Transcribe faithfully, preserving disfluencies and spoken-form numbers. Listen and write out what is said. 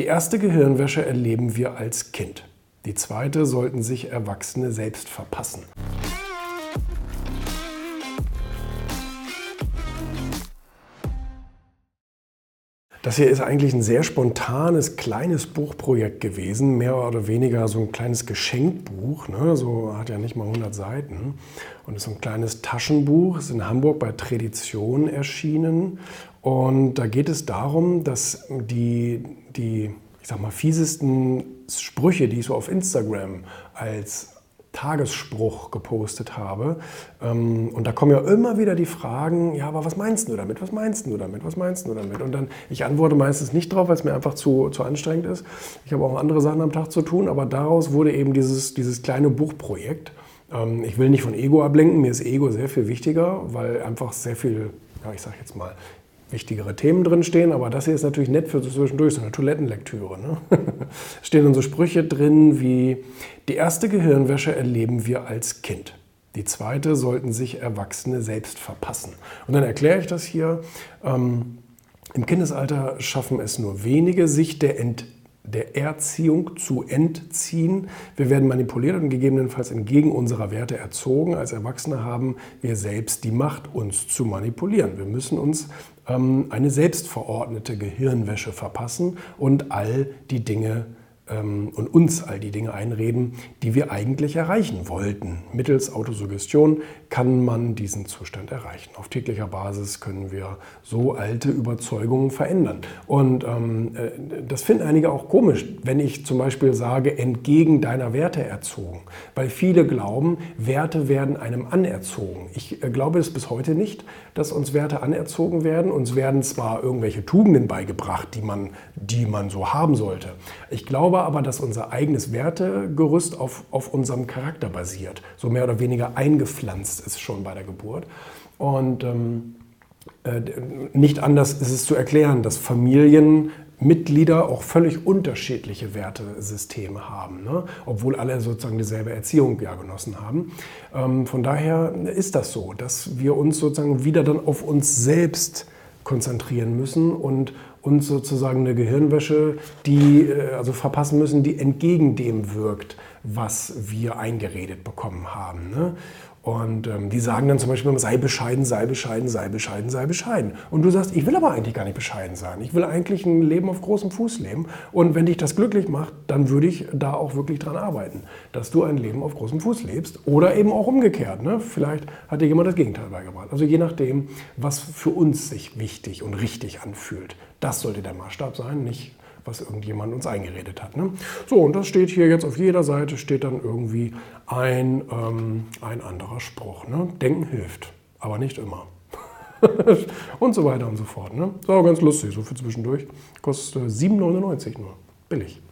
Die erste Gehirnwäsche erleben wir als Kind. Die zweite sollten sich Erwachsene selbst verpassen. Das hier ist eigentlich ein sehr spontanes, kleines Buchprojekt gewesen, mehr oder weniger so ein kleines Geschenkbuch, ne? So hat ja nicht mal hundert Seiten und ist so ein kleines Taschenbuch, ist in Hamburg bei Tradition erschienen und da geht es darum, dass die, die ich sag mal, fiesesten Sprüche, die ich so auf Instagram als Tagesspruch gepostet habe. Und da kommen ja immer wieder die Fragen, ja, aber was meinst du damit? Was meinst du damit? Was meinst du damit? Und dann, ich antworte meistens nicht drauf, weil es mir einfach zu, zu anstrengend ist. Ich habe auch andere Sachen am Tag zu tun, aber daraus wurde eben dieses, dieses kleine Buchprojekt. Ich will nicht von Ego ablenken, mir ist Ego sehr viel wichtiger, weil einfach sehr viel, ja, ich sage jetzt mal, wichtigere Themen drin stehen, aber das hier ist natürlich nett für so zwischendurch, so eine Toilettenlektüre. Ne? Es stehen dann so Sprüche drin wie, die erste Gehirnwäsche erleben wir als Kind. Die zweite sollten sich Erwachsene selbst verpassen. Und dann erkläre ich das hier. Ähm, Im Kindesalter schaffen es nur wenige, sich der Ent der Erziehung zu entziehen. Wir werden manipuliert und gegebenenfalls entgegen unserer Werte erzogen. Als Erwachsene haben wir selbst die Macht, uns zu manipulieren. Wir müssen uns ähm, eine selbstverordnete Gehirnwäsche verpassen und all die Dinge ähm, und uns all die Dinge einreden, die wir eigentlich erreichen wollten. Mittels Autosuggestion kann man diesen Zustand erreichen. Auf täglicher Basis können wir so alte Überzeugungen verändern. Und ähm, das finden einige auch komisch, wenn ich zum Beispiel sage, entgegen deiner Werte erzogen. Weil viele glauben, Werte werden einem anerzogen. Ich äh, glaube es bis heute nicht, dass uns Werte anerzogen werden. Uns werden zwar irgendwelche Tugenden beigebracht, die man, die man so haben sollte. Ich glaube aber, dass unser eigenes Wertegerüst auf, auf unserem Charakter basiert. So mehr oder weniger eingepflanzt ist schon bei der Geburt. Und ähm, äh, nicht anders ist es zu erklären, dass Familienmitglieder auch völlig unterschiedliche Wertesysteme haben, ne? Obwohl alle sozusagen dieselbe Erziehung ja genossen haben. Ähm, von daher ist das so, dass wir uns sozusagen wieder dann auf uns selbst konzentrieren müssen und uns sozusagen eine Gehirnwäsche, die also verpassen müssen, die entgegen dem wirkt, was wir eingeredet bekommen haben. Ne? Und ähm, die sagen dann zum Beispiel, sei bescheiden, sei bescheiden, sei bescheiden, sei bescheiden. Und du sagst, ich will aber eigentlich gar nicht bescheiden sein. Ich will eigentlich ein Leben auf großem Fuß leben. Und wenn dich das glücklich macht, dann würde ich da auch wirklich dran arbeiten, dass du ein Leben auf großem Fuß lebst. Oder eben auch umgekehrt. Ne? Vielleicht hat dir jemand das Gegenteil beigebracht. Also je nachdem, was für uns sich wichtig und richtig anfühlt. Das sollte der Maßstab sein, nicht was irgendjemand uns eingeredet hat. Ne? So, und das steht hier jetzt auf jeder Seite, steht dann irgendwie ein, ähm, ein anderer Spruch. Ne? Denken hilft, aber nicht immer. Und so weiter und so fort. Ne? So, ganz lustig, so für zwischendurch. Kostet sieben neunundneunzig nur. Billig.